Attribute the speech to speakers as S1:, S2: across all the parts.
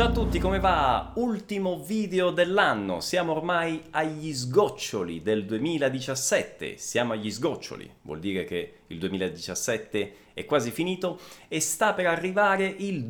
S1: Ciao a tutti, come va? Ultimo video dell'anno, siamo ormai agli sgoccioli del 2017, siamo agli sgoccioli, vuol dire che il 2017 è quasi finito e sta per arrivare il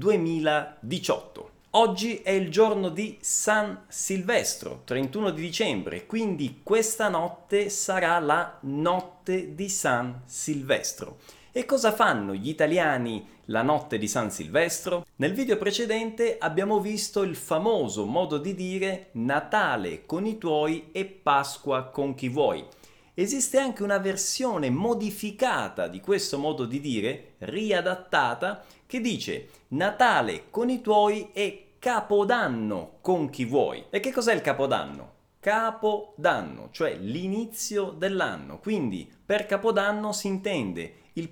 S1: 2018. Oggi è il giorno di San Silvestro, 31 di dicembre, quindi questa notte sarà la notte di San Silvestro. E cosa fanno gli italiani la notte di San Silvestro? Nel video precedente abbiamo visto il famoso modo di dire Natale con i tuoi e Pasqua con chi vuoi. Esiste anche una versione modificata di questo modo di dire, riadattata, che dice Natale con i tuoi e Capodanno con chi vuoi. E che cos'è il Capodanno? Capodanno, cioè l'inizio dell'anno. Quindi per Capodanno si intende il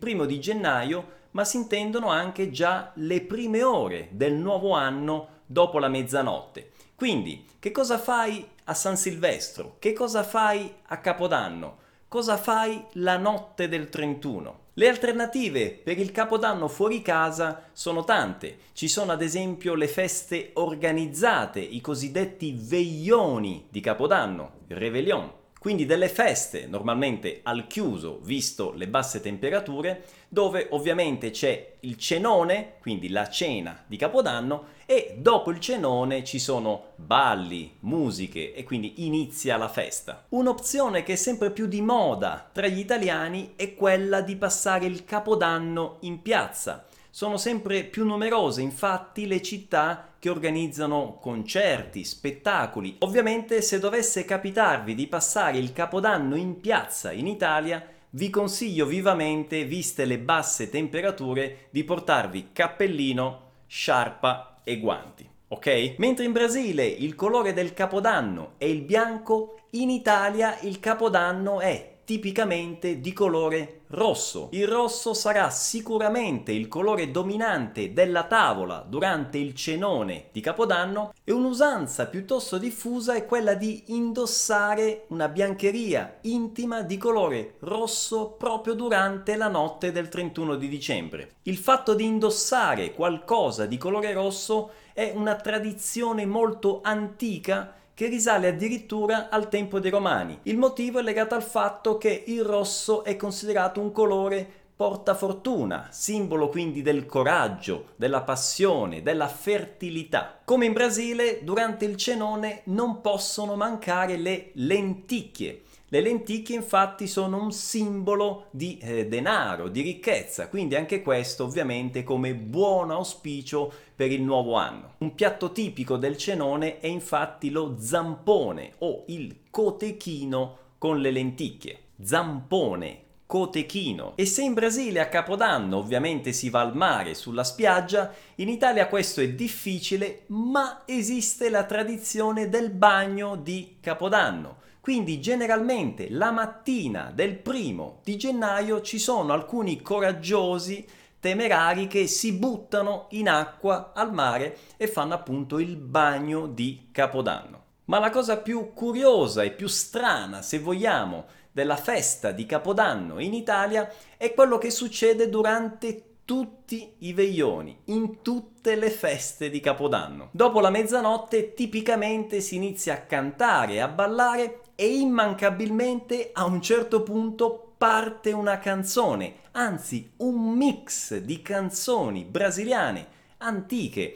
S1: 1 gennaio, ma si intendono anche già le prime ore del nuovo anno dopo la mezzanotte. Quindi, che cosa fai a San Silvestro? Che cosa fai a Capodanno? Cosa fai la notte del 31? Le alternative per il Capodanno fuori casa sono tante. Ci sono ad esempio le feste organizzate, i cosiddetti veglioni di Capodanno, il Réveillon. Quindi delle feste normalmente al chiuso, visto le basse temperature, dove ovviamente c'è il cenone, quindi la cena di Capodanno, e dopo il cenone ci sono balli, musiche e quindi inizia la festa. Un'opzione che è sempre più di moda tra gli italiani è quella di passare il Capodanno in piazza. Sono sempre più numerose infatti le città che organizzano concerti, spettacoli. Ovviamente se dovesse capitarvi di passare il Capodanno in piazza in Italia, vi consiglio vivamente, viste le basse temperature, di portarvi cappellino, sciarpa e guanti. Ok? Mentre in Brasile il colore del Capodanno è il bianco, in Italia il Capodanno è tipicamente di colore rosso. Il rosso sarà sicuramente il colore dominante della tavola durante il cenone di Capodanno e un'usanza piuttosto diffusa è quella di indossare una biancheria intima di colore rosso proprio durante la notte del 31 di dicembre. Il fatto di indossare qualcosa di colore rosso è una tradizione molto antica che risale addirittura al tempo dei Romani. Il motivo è legato al fatto che il rosso è considerato un colore portafortuna, simbolo quindi del coraggio, della passione, della fertilità. Come in Brasile, durante il cenone non possono mancare le lenticchie. Le lenticchie infatti sono un simbolo di denaro, di ricchezza, quindi anche questo ovviamente come buon auspicio per il nuovo anno. Un piatto tipico del cenone è infatti lo zampone o il cotechino con le lenticchie. Zampone, cotechino. E se in Brasile a Capodanno ovviamente si va al mare, sulla spiaggia, in Italia questo è difficile, ma esiste la tradizione del bagno di Capodanno. Quindi generalmente la mattina del 1 gennaio ci sono alcuni coraggiosi temerari che si buttano in acqua al mare e fanno appunto il bagno di Capodanno. Ma la cosa più curiosa e più strana, se vogliamo, della festa di Capodanno in Italia è quello che succede durante tutti i veglioni, in tutte le feste di Capodanno. Dopo la mezzanotte tipicamente si inizia a cantare e a ballare e immancabilmente a un certo punto parte una canzone, anzi un mix di canzoni brasiliane antiche.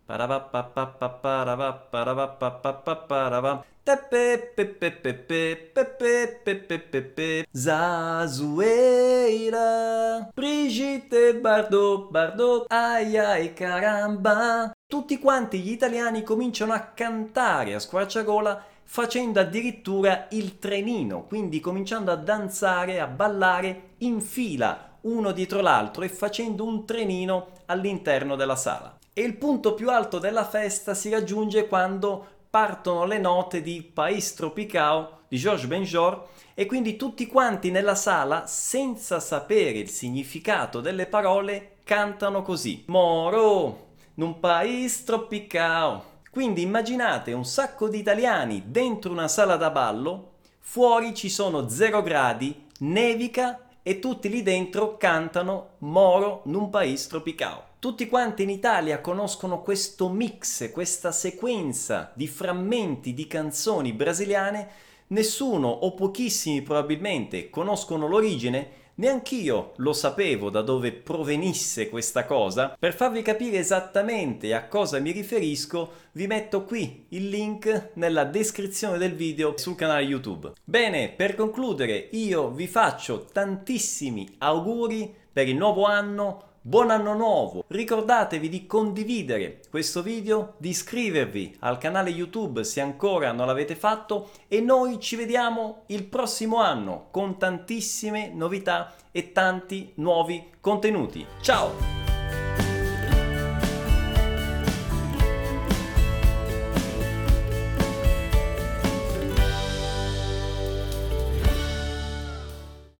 S1: Zazueira, Brigitte Bardot, Bardot, ai ai caramba. Tutti quanti gli italiani cominciano a cantare a squarciagola facendo addirittura il trenino, quindi cominciando a danzare, a ballare in fila uno dietro l'altro e facendo un trenino all'interno della sala. E il punto più alto della festa si raggiunge quando partono le note di País Tropical di Jorge Benjor e quindi tutti quanti nella sala, senza sapere il significato delle parole, cantano così: Moro, num país tropical. Quindi immaginate un sacco di italiani dentro una sala da ballo, fuori ci sono 0 gradi, nevica e tutti lì dentro cantano Moro num país tropical. Tutti quanti in Italia conoscono questo mix, questa sequenza di frammenti di canzoni brasiliane. Nessuno o pochissimi probabilmente conoscono l'origine. Neanch'io lo sapevo da dove provenisse questa cosa. Per farvi capire esattamente a cosa mi riferisco, vi metto qui il link nella descrizione del video sul canale YouTube. Bene, per concludere, io vi faccio tantissimi auguri per il nuovo anno. Buon anno nuovo! Ricordatevi di condividere questo video, di iscrivervi al canale YouTube se ancora non l'avete fatto e noi ci vediamo il prossimo anno con tantissime novità e tanti nuovi contenuti. Ciao!